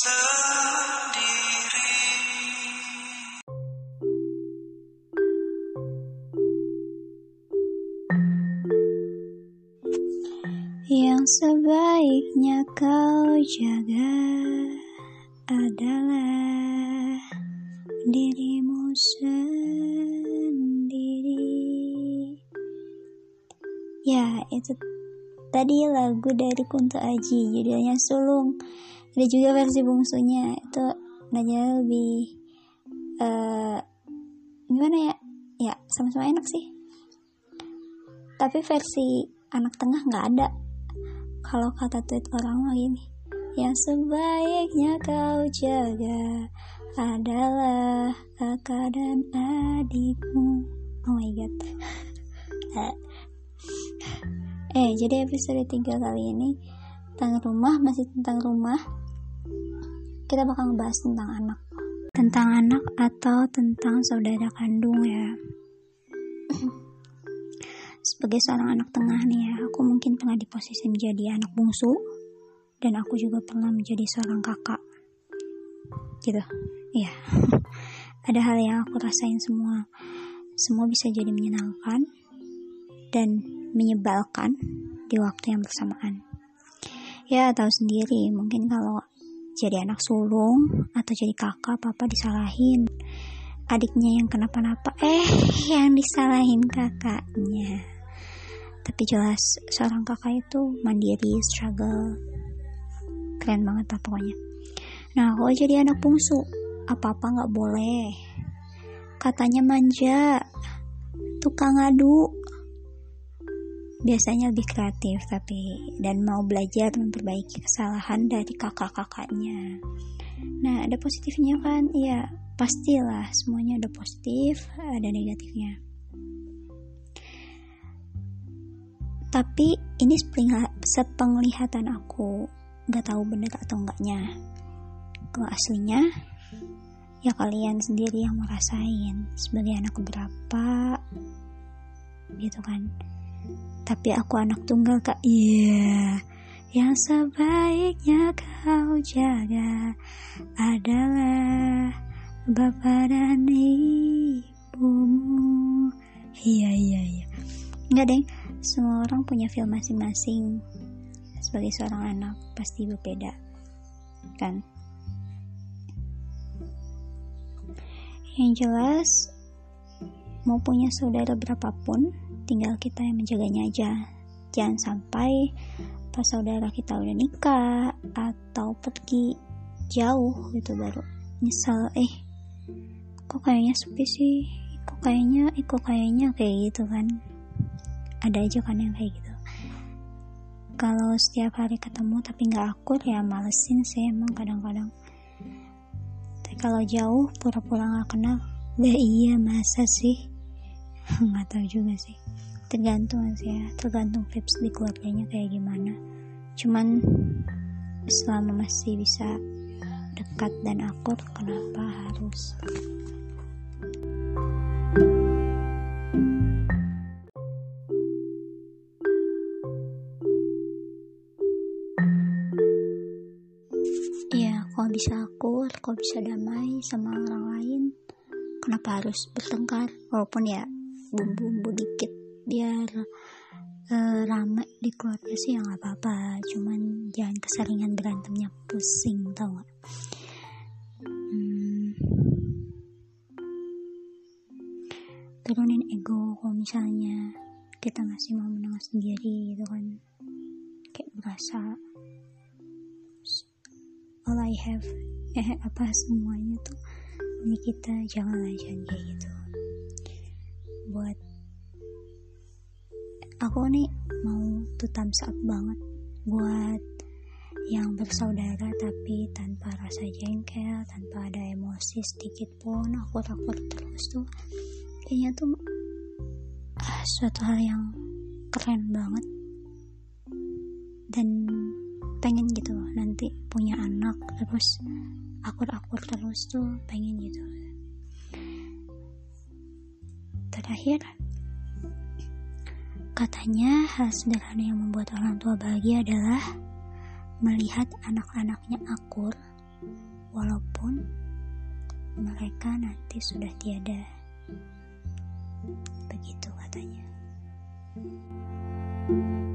sendiri. Yang sebaiknya kau jaga adalah dirimu sendiri. Ya, itu tadi lagu dari Kunto Aji, judulnya Sulung. Ada juga versi bungsunya, itu nadanya lebih gimana ya? Ya, sama-sama enak sih. Tapi versi anak tengah nggak ada. Kalau kata tweet orang mah gini, yang sebaiknya kau jaga adalah kakak dan adikmu. Oh my god. Jadi episode 3 kali ini tentang rumah, masih tentang rumah. Kita bakal ngebahas tentang anak. Tentang anak atau tentang saudara kandung ya. Sebagai seorang anak tengah nih ya, aku mungkin pernah di posisi menjadi anak bungsu, dan aku juga pernah menjadi seorang kakak gitu. Iya. Ada hal yang aku rasain semua bisa jadi menyenangkan dan menyebalkan di waktu yang bersamaan. Ya, tahu sendiri, mungkin kalau jadi anak sulung atau jadi kakak, papa disalahin, adiknya yang kenapa-napa, yang disalahin kakaknya. Tapi jelas seorang kakak itu mandiri, struggle, keren banget lah pokoknya. Nah, kalau jadi anak bungsu, apa-apa gak boleh, katanya manja, tukang ngadu, biasanya lebih kreatif dan mau belajar memperbaiki kesalahan dari kakak-kakaknya. Nah, ada positifnya kan? Iya, pastilah semuanya ada positif, ada negatifnya. Tapi ini sepenglihatan aku, gak tahu benar atau enggaknya. Kalau aslinya, ya kalian sendiri yang merasain sebagai anak berapa, gitu kan. Tapi aku anak tunggal kak. Iya, yang sebaiknya kau jaga adalah bapak dan ibumu. Iya. Enggak deng, semua orang punya feel masing-masing. Sebagai seorang anak pasti berbeda kan. Yang jelas, mau punya saudara berapapun, tinggal kita yang menjaganya aja. Jangan sampai pas saudara kita udah nikah atau pergi jauh gitu baru nyesel, kok kayaknya sepi sih, kok kayaknya kayak gitu kan. Ada aja kan yang kayak gitu. Kalau setiap hari ketemu tapi gak akur, ya malesin sih emang kadang-kadang. Tapi kalau jauh pura-pura gak kenal, iya masa sih. Gak tahu juga sih, tergantung sih ya, tergantung vibes di keluarganya kayak gimana. Cuman selama masih bisa dekat dan akur, kenapa harus? Ya, kalau bisa akur, kalau bisa damai sama orang lain, kenapa harus bertengkar? Walaupun ya bumbu-bumbu dikit biar rame di keluarga sih ya gak apa-apa. Cuman jangan keseringan berantemnya, pusing tau gak. Turunin ego kalau misalnya kita masih mau menang sendiri gitu kan. Kayak berasa all I have, semuanya tuh milik kita. Jangan kayak gitu. Buat aku nih mau tuh thumbs up banget buat yang bersaudara tapi tanpa rasa jengkel, tanpa ada emosi sedikit pun, akur-akur terus tuh kayaknya tuh suatu hal yang keren banget. Dan pengen gitu nanti punya anak terus akur-akur terus tuh, pengen gitu. Terakhir, katanya hal sederhana yang membuat orang tua bahagia adalah melihat anak-anaknya akur walaupun mereka nanti sudah tiada. Begitu katanya.